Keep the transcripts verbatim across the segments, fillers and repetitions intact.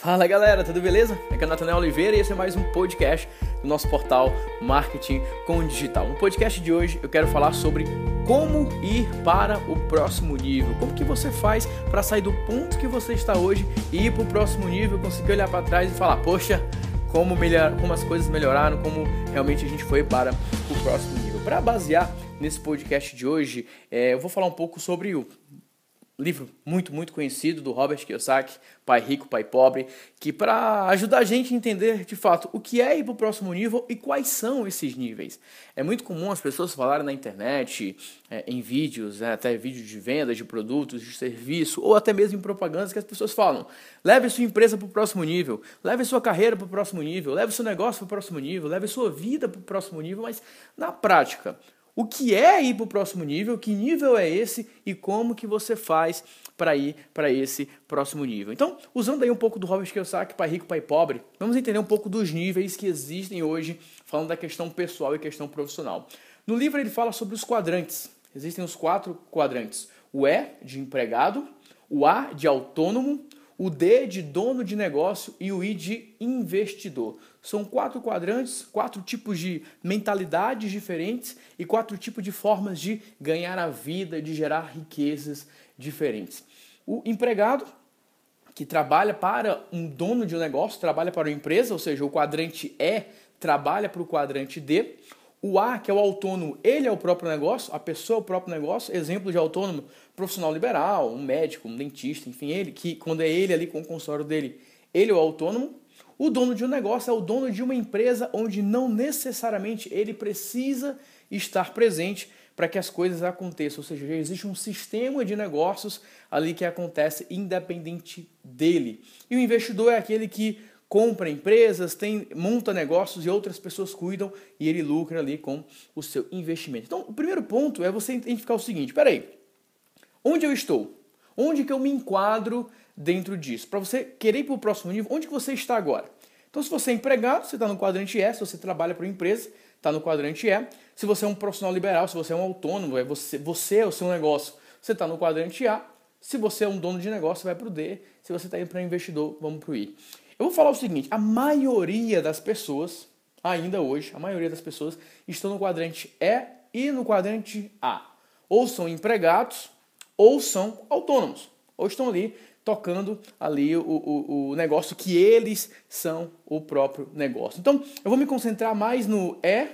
Fala galera, tudo beleza? Aqui é o Nathanael Oliveira e esse é mais um podcast do nosso portal Marketing com Digital. No podcast de hoje eu quero falar sobre como ir para o próximo nível. Como que você faz para sair do ponto que você está hoje e ir para o próximo nível, conseguir olhar para trás e falar, poxa, como, melhor, como as coisas melhoraram, como realmente a gente foi para o próximo nível. Para basear nesse podcast de hoje, é, eu vou falar um pouco sobre o livro muito, muito conhecido do Robert Kiyosaki, Pai Rico, Pai Pobre, que para ajudar a gente a entender de fato o que é ir para o próximo nível e quais são esses níveis. É muito comum as pessoas falarem na internet, é, em vídeos, é, até vídeos de venda de produtos, de serviço, ou até mesmo em propagandas que as pessoas falam, leve sua empresa para o próximo nível, leve sua carreira para o próximo nível, leve seu negócio para o próximo nível, leve sua vida para o próximo nível, mas na prática, o que é ir para o próximo nível, que nível é esse e como que você faz para ir para esse próximo nível. Então, usando aí um pouco do Robert Kiyosaki, Pai Rico, Pai Pobre, vamos entender um pouco dos níveis que existem hoje, falando da questão pessoal e questão profissional. No livro ele fala sobre os quadrantes. Existem os quatro quadrantes. O E de empregado, o A de autônomo, o D de dono de negócio e o I de investidor. São quatro quadrantes, quatro tipos de mentalidades diferentes e quatro tipos de formas de ganhar a vida, de gerar riquezas diferentes. O empregado, que trabalha para um dono de um negócio, trabalha para uma empresa, ou seja, o quadrante E trabalha para o quadrante D. O A, que é o autônomo, ele é o próprio negócio, a pessoa é o próprio negócio. Exemplo de autônomo, profissional liberal, um médico, um dentista, enfim, ele que quando é ele ali com o consultório dele, ele é o autônomo. O dono de um negócio é o dono de uma empresa onde não necessariamente ele precisa estar presente para que as coisas aconteçam. Ou seja, já existe um sistema de negócios ali que acontece independente dele. E o investidor é aquele que compra empresas, tem, monta negócios e outras pessoas cuidam e ele lucra ali com o seu investimento. Então, o primeiro ponto é você identificar o seguinte, peraí, onde eu estou? Onde que eu me enquadro dentro disso? Para você querer ir para o próximo nível, onde que você está agora? Então, se você é empregado, você está no quadrante E. Se você trabalha para uma empresa, está no quadrante E. Se você é um profissional liberal, se você é um autônomo, é você, você é o seu negócio, você está no quadrante A. Se você é um dono de negócio, vai para o D. Se você está indo para investidor, vamos para o I. Eu vou falar o seguinte, a maioria das pessoas, ainda hoje, a maioria das pessoas estão no quadrante E e no quadrante A. Ou são empregados, ou são autônomos, ou estão ali tocando ali o, o, o negócio que eles são o próprio negócio. Então, eu vou me concentrar mais no E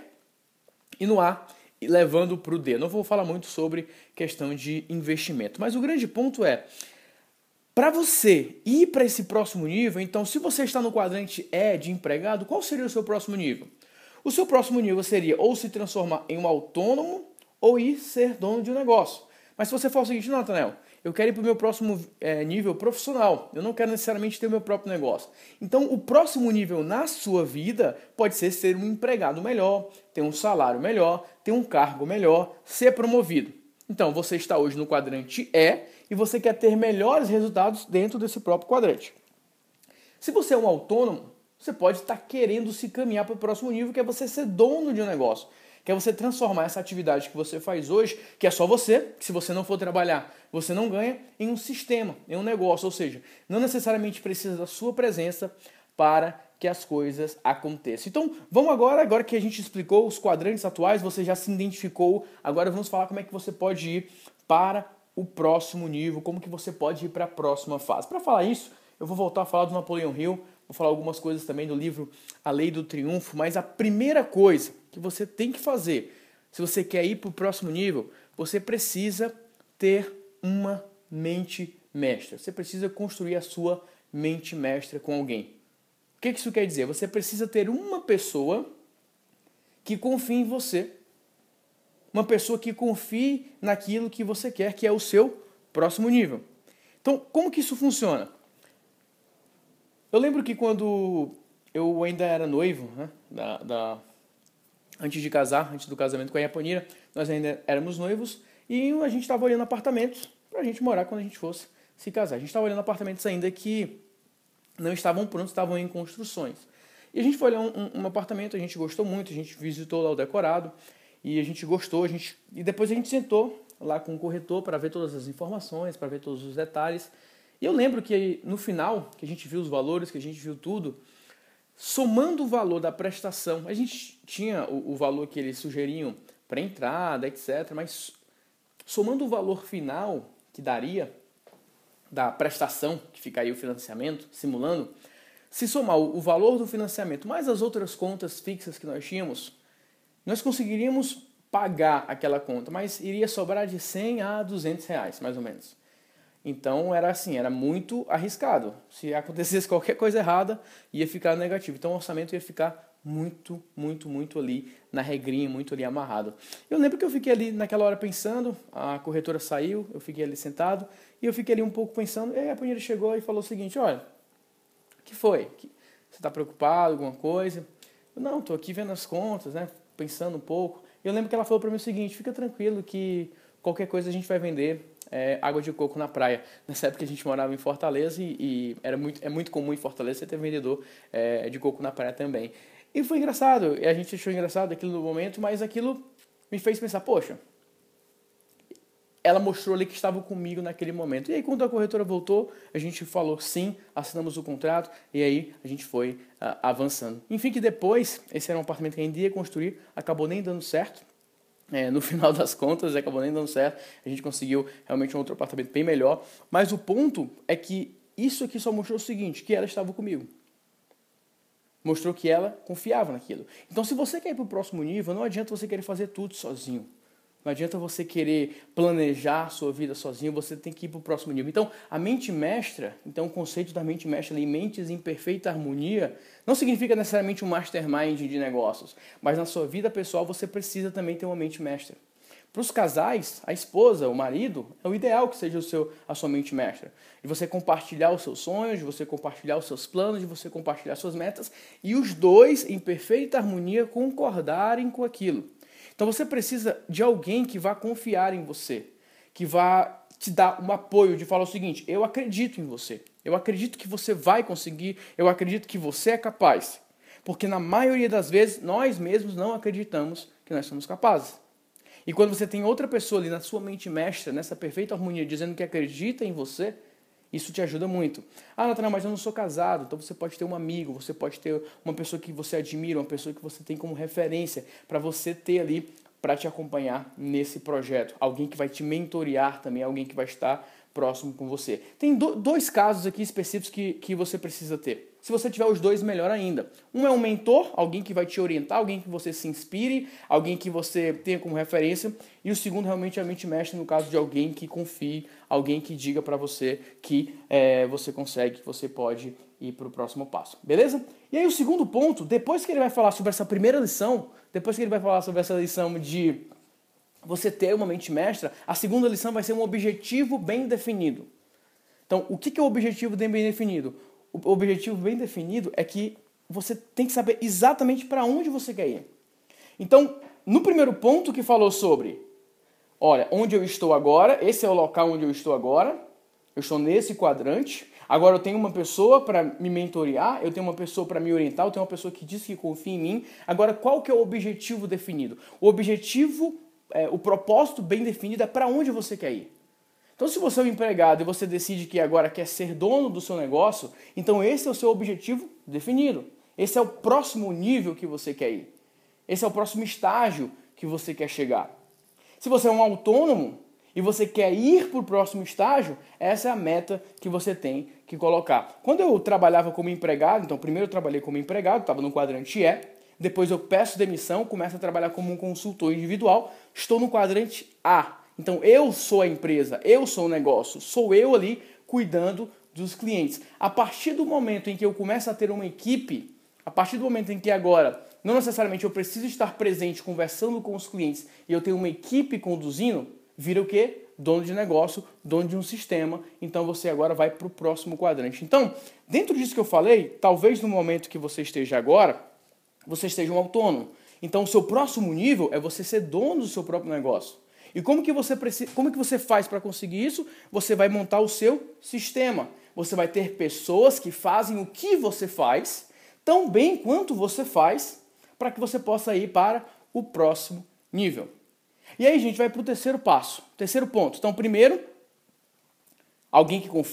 e no A, e levando para o D. Não vou falar muito sobre questão de investimento, mas o grande ponto é, para você ir para esse próximo nível, então, se você está no quadrante E de empregado, qual seria o seu próximo nível? O seu próximo nível seria ou se transformar em um autônomo ou ir ser dono de um negócio. Mas se você for o seguinte, não, Nathanael, eu quero ir para o meu próximo é, nível profissional, eu não quero necessariamente ter o meu próprio negócio. Então, o próximo nível na sua vida pode ser ser um empregado melhor, ter um salário melhor, ter um cargo melhor, ser promovido. Então, você está hoje no quadrante E e você quer ter melhores resultados dentro desse próprio quadrante. Se você é um autônomo, você pode estar querendo se caminhar para o próximo nível, que é você ser dono de um negócio. Que é você transformar essa atividade que você faz hoje, que é só você, que se você não for trabalhar, você não ganha, em um sistema, em um negócio. Ou seja, não necessariamente precisa da sua presença para que as coisas aconteçam. Então, vamos agora, agora que a gente explicou os quadrantes atuais, você já se identificou, agora vamos falar como é que você pode ir para o próximo nível, como que você pode ir para a próxima fase. Para falar isso, eu vou voltar a falar do Napoleão Hill, vou falar algumas coisas também do livro A Lei do Triunfo, mas a primeira coisa que você tem que fazer, se você quer ir para o próximo nível, você precisa ter uma mente mestra. Você precisa construir a sua mente mestra com alguém. O que isso quer dizer? Você precisa ter uma pessoa que confie em você. Uma pessoa que confie naquilo que você quer, que é o seu próximo nível. Então, como que isso funciona? Eu lembro que quando eu ainda era noivo, né, da, da, antes de casar, antes do casamento com a Iaponira, nós ainda éramos noivos e a gente estava olhando apartamentos para a gente morar quando a gente fosse se casar. A gente estava olhando apartamentos ainda que não estavam prontos, estavam em construções. E a gente foi olhar um, um, um apartamento, a gente gostou muito, a gente visitou lá o decorado e a gente gostou, a gente, e depois a gente sentou lá com o corretor para ver todas as informações, para ver todos os detalhes. E eu lembro que no final, que a gente viu os valores, que a gente viu tudo, somando o valor da prestação, a gente tinha o, o valor que eles sugeriam para entrada, etcétera, mas somando o valor final que daria da prestação, que fica aí o financiamento, simulando, se somar o valor do financiamento mais as outras contas fixas que nós tínhamos, nós conseguiríamos pagar aquela conta, mas iria sobrar de cem a duzentos reais, mais ou menos. Então era assim, era muito arriscado. Se acontecesse qualquer coisa errada, ia ficar negativo. Então o orçamento ia ficar muito, muito, muito ali na regrinha, muito ali amarrado. Eu lembro que eu fiquei ali naquela hora pensando, a corretora saiu, eu fiquei ali sentado, e eu fiquei ali um pouco pensando, e aí a Punheira chegou e falou o seguinte, olha, o que foi? Você está preocupado, alguma coisa? Eu, não, estou aqui vendo as contas, né, pensando um pouco. Eu lembro que ela falou para mim o seguinte, fica tranquilo que qualquer coisa a gente vai vender é, água de coco na praia. Nessa época a gente morava em Fortaleza e, e era muito, é muito comum em Fortaleza você ter vendedor é, de coco na praia também. E foi engraçado, e a gente achou engraçado aquilo no momento, mas aquilo me fez pensar, poxa, ela mostrou ali que estava comigo naquele momento. E aí quando a corretora voltou, a gente falou sim, assinamos o contrato e aí a gente foi uh, avançando. Enfim, que depois, esse era um apartamento que ainda ia construir, acabou nem dando certo. É, no final das contas, acabou nem dando certo. A gente conseguiu realmente um outro apartamento bem melhor. Mas o ponto é que isso aqui só mostrou o seguinte, que ela estava comigo. Mostrou que ela confiava naquilo. Então, se você quer ir para o próximo nível, não adianta você querer fazer tudo sozinho. Não adianta você querer planejar a sua vida sozinho, você tem que ir para o próximo nível. Então, a mente mestra, então o conceito da mente mestra ali, mentes em perfeita harmonia, não significa necessariamente um mastermind de negócios, mas na sua vida pessoal você precisa também ter uma mente mestra. Para os casais, a esposa, o marido, é o ideal que seja o seu, a sua mente mestra. De você compartilhar os seus sonhos, de você compartilhar os seus planos, de você compartilhar suas metas, e os dois, em perfeita harmonia, concordarem com aquilo. Então você precisa de alguém que vá confiar em você, que vá te dar um apoio, de falar o seguinte, eu acredito em você, eu acredito que você vai conseguir, eu acredito que você é capaz. Porque na maioria das vezes, nós mesmos não acreditamos que nós somos capazes. E quando você tem outra pessoa ali na sua mente mestra, nessa perfeita harmonia, dizendo que acredita em você, isso te ajuda muito. Ah, Natanael, mas eu não sou casado. Então você pode ter um amigo, você pode ter uma pessoa que você admira, uma pessoa que você tem como referência, para você ter ali, para te acompanhar nesse projeto. Alguém que vai te mentorear também, alguém que vai estar próximo com você. Tem do, dois casos aqui específicos que, que você precisa ter. Se você tiver os dois, melhor ainda. Um é um mentor, alguém que vai te orientar, alguém que você se inspire, alguém que você tenha como referência. E o segundo realmente é a mente mestra, no caso de alguém que confie, alguém que diga para você que é, você consegue, que você pode ir para o próximo passo. Beleza? E aí o segundo ponto, depois que ele vai falar sobre essa primeira lição, depois que ele vai falar sobre essa lição de você ter uma mente mestra, a segunda lição vai ser um objetivo bem definido. Então, o que é o objetivo bem definido? O objetivo bem definido é que você tem que saber exatamente para onde você quer ir. Então, no primeiro ponto que falou sobre, olha, onde eu estou agora, esse é o local onde eu estou agora, eu estou nesse quadrante, agora eu tenho uma pessoa para me mentorear, eu tenho uma pessoa para me orientar, eu tenho uma pessoa que diz que confia em mim. Agora, qual que é o objetivo definido? O objetivo, é, o propósito bem definido é para onde você quer ir. Então, se você é um empregado e você decide que agora quer ser dono do seu negócio, então esse é o seu objetivo definido. Esse é o próximo nível que você quer ir. Esse é o próximo estágio que você quer chegar. Se você é um autônomo e você quer ir para o próximo estágio, essa é a meta que você tem que colocar. Quando eu trabalhava como empregado, então primeiro eu trabalhei como empregado, estava no quadrante E, depois eu peço demissão, começo a trabalhar como um consultor individual, estou no quadrante A. Então, eu sou a empresa, eu sou o negócio, sou eu ali cuidando dos clientes. A partir do momento em que eu começo a ter uma equipe, a partir do momento em que agora, não necessariamente eu preciso estar presente conversando com os clientes e eu tenho uma equipe conduzindo, vira o quê? Dono de negócio, dono de um sistema, então você agora vai para o próximo quadrante. Então, dentro disso que eu falei, talvez no momento que você esteja agora, você esteja um autônomo. Então, o seu próximo nível é você ser dono do seu próprio negócio. E como que você precisa, como que você faz para conseguir isso? Você vai montar o seu sistema. Você vai ter pessoas que fazem o que você faz, tão bem quanto você faz, para que você possa ir para o próximo nível. E aí a gente vai para o terceiro passo, terceiro ponto. Então, primeiro, alguém que confia,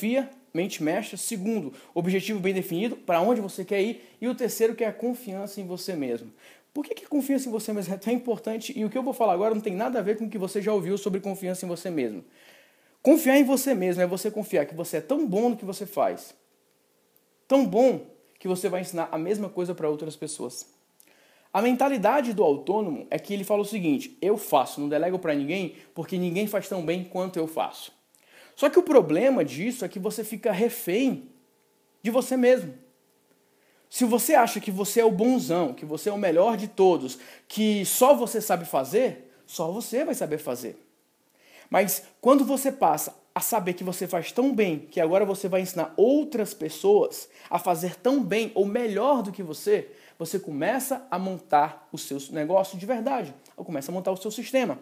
mente mestra. Segundo, objetivo bem definido, para onde você quer ir. E o terceiro, que é a confiança em você mesmo. Por que, que a confiança em você mesmo é tão importante? E o que eu vou falar agora não tem nada a ver com o que você já ouviu sobre confiança em você mesmo. Confiar em você mesmo é você confiar que você é tão bom no que você faz, tão bom que você vai ensinar a mesma coisa para outras pessoas. A mentalidade do autônomo é que ele fala o seguinte: eu faço, não delego para ninguém, porque ninguém faz tão bem quanto eu faço. Só que o problema disso é que você fica refém de você mesmo. Se você acha que você é o bonzão, que você é o melhor de todos, que só você sabe fazer, só você vai saber fazer. Mas quando você passa a saber que você faz tão bem, que agora você vai ensinar outras pessoas a fazer tão bem ou melhor do que você, você começa a montar o seu negócio de verdade, ou começa a montar o seu sistema.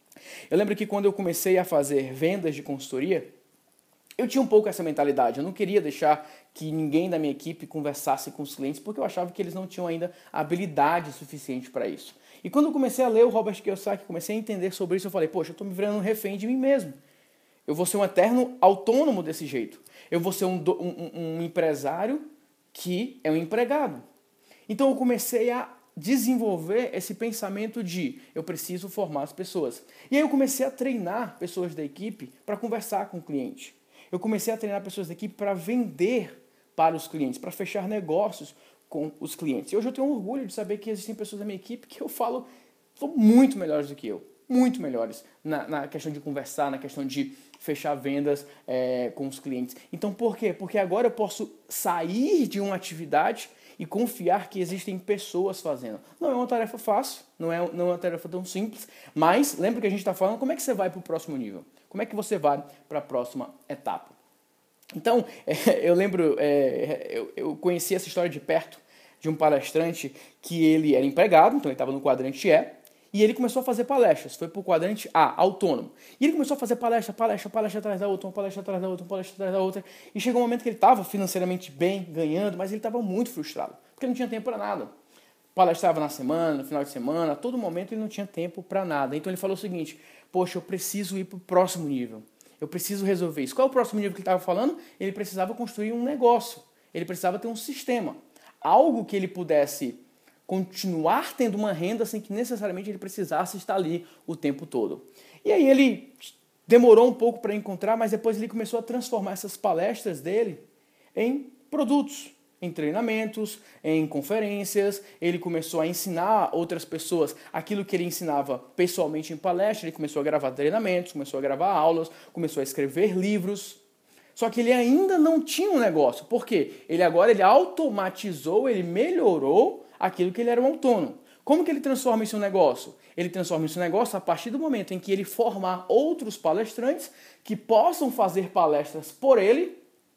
Eu lembro que quando eu comecei a fazer vendas de consultoria, eu tinha um pouco essa mentalidade. Eu não queria deixar que ninguém da minha equipe conversasse com os clientes, porque eu achava que eles não tinham ainda habilidade suficiente para isso. E quando eu comecei a ler o Robert Kiyosaki, comecei a entender sobre isso, eu falei, poxa, eu estou me virando um refém de mim mesmo. Eu vou ser um eterno autônomo desse jeito. Eu vou ser um, um, um empresário que é um empregado. Então eu comecei a desenvolver esse pensamento de eu preciso formar as pessoas. E aí eu comecei a treinar pessoas da equipe para conversar com o cliente. Eu comecei a treinar pessoas da equipe para vender para os clientes, para fechar negócios com os clientes. E hoje eu tenho orgulho de saber que existem pessoas da minha equipe que eu falo são muito melhores do que eu. Muito melhores na, na questão de conversar, na questão de fechar vendas é, com os clientes. Então por quê? Porque agora eu posso sair de uma atividade e confiar que existem pessoas fazendo. Não é uma tarefa fácil, não é, não é uma tarefa tão simples, mas lembra que a gente está falando como é que você vai para o próximo nível? Como é que você vai para a próxima etapa? Então, é, eu lembro, é, eu, eu conheci essa história de perto de um palestrante que ele era empregado, então ele estava no quadrante E, e ele começou a fazer palestras, foi para o quadrante A, autônomo. E ele começou a fazer palestra, palestra, palestra atrás da outra, uma palestra atrás da outra, uma palestra atrás da outra. E chegou um momento que ele estava financeiramente bem, ganhando, mas ele estava muito frustrado, porque não tinha tempo para nada. Palestrava na semana, no final de semana, a todo momento ele não tinha tempo para nada. Então ele falou o seguinte, poxa, eu preciso ir para o próximo nível. Eu preciso resolver isso. Qual é o próximo nível que ele estava falando? Ele precisava construir um negócio. Ele precisava ter um sistema. Algo que ele pudesse continuar tendo uma renda sem que necessariamente ele precisasse estar ali o tempo todo. E aí ele demorou um pouco para encontrar, mas depois ele começou a transformar essas palestras dele em produtos, em treinamentos, em conferências. Ele começou a ensinar outras pessoas aquilo que ele ensinava pessoalmente em palestra. Ele começou a gravar treinamentos, começou a gravar aulas, começou a escrever livros. Só que ele ainda não tinha um negócio. Por quê? Ele agora ele automatizou, ele melhorou aquilo que ele era um autônomo. Como que ele transforma isso em um negócio? Ele transforma isso em um negócio a partir do momento em que ele formar outros palestrantes que possam fazer palestras por ele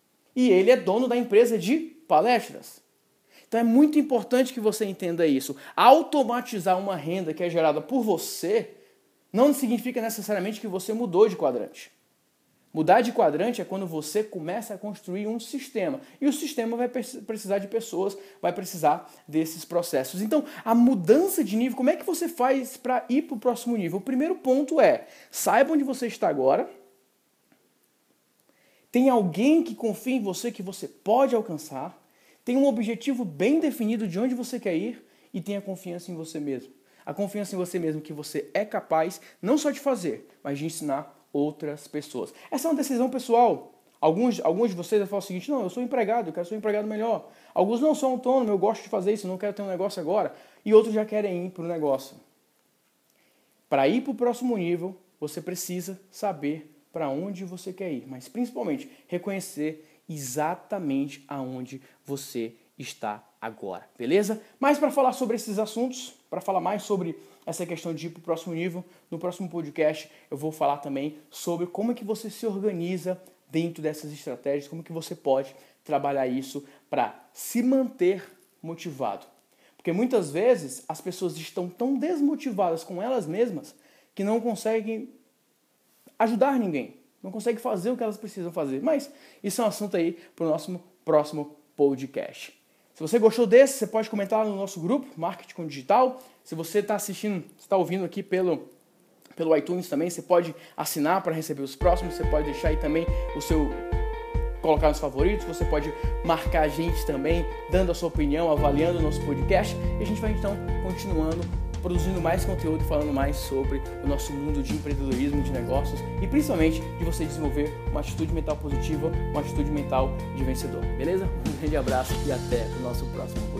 e ele é dono da empresa de palestras. Então é muito importante que você entenda isso. Automatizar uma renda que é gerada por você não significa necessariamente que você mudou de quadrante. Mudar de quadrante é quando você começa a construir um sistema. E o sistema vai precisar de pessoas, vai precisar desses processos. Então, a mudança de nível, como é que você faz para ir para o próximo nível? O primeiro ponto é, saiba onde você está agora. Tem alguém que confia em você, que você pode alcançar. Tem um objetivo bem definido de onde você quer ir. E tenha confiança em você mesmo. A confiança em você mesmo que você é capaz, não só de fazer, mas de ensinar outras pessoas. Essa é uma decisão pessoal. Alguns, alguns de vocês vão falar o seguinte, não, eu sou empregado, eu quero ser um empregado melhor. Alguns não são autônomos, eu gosto de fazer isso, eu não quero ter um negócio agora. E outros já querem ir para o negócio. Para ir para o próximo nível, você precisa saber para onde você quer ir, mas principalmente reconhecer exatamente aonde você está agora, beleza? Mas para falar sobre esses assuntos, para falar mais sobre essa questão de ir para o próximo nível, no próximo podcast eu vou falar também sobre como é que você se organiza dentro dessas estratégias, como que você pode trabalhar isso para se manter motivado. Porque muitas vezes as pessoas estão tão desmotivadas com elas mesmas que não conseguem ajudar ninguém, não conseguem fazer o que elas precisam fazer. Mas isso é um assunto aí para o nosso próximo podcast. Se você gostou desse, você pode comentar no nosso grupo, Marketing com Digital. Se você está assistindo, está ouvindo aqui pelo, pelo iTunes também, você pode assinar para receber os próximos. Você pode deixar aí também o seu colocar nos favoritos, você pode marcar a gente também, dando a sua opinião, avaliando o nosso podcast, e a gente vai então continuando produzindo mais conteúdo e falando mais sobre o nosso mundo de empreendedorismo, de negócios e principalmente de você desenvolver uma atitude mental positiva, uma atitude mental de vencedor, beleza? Um grande abraço e até o nosso próximo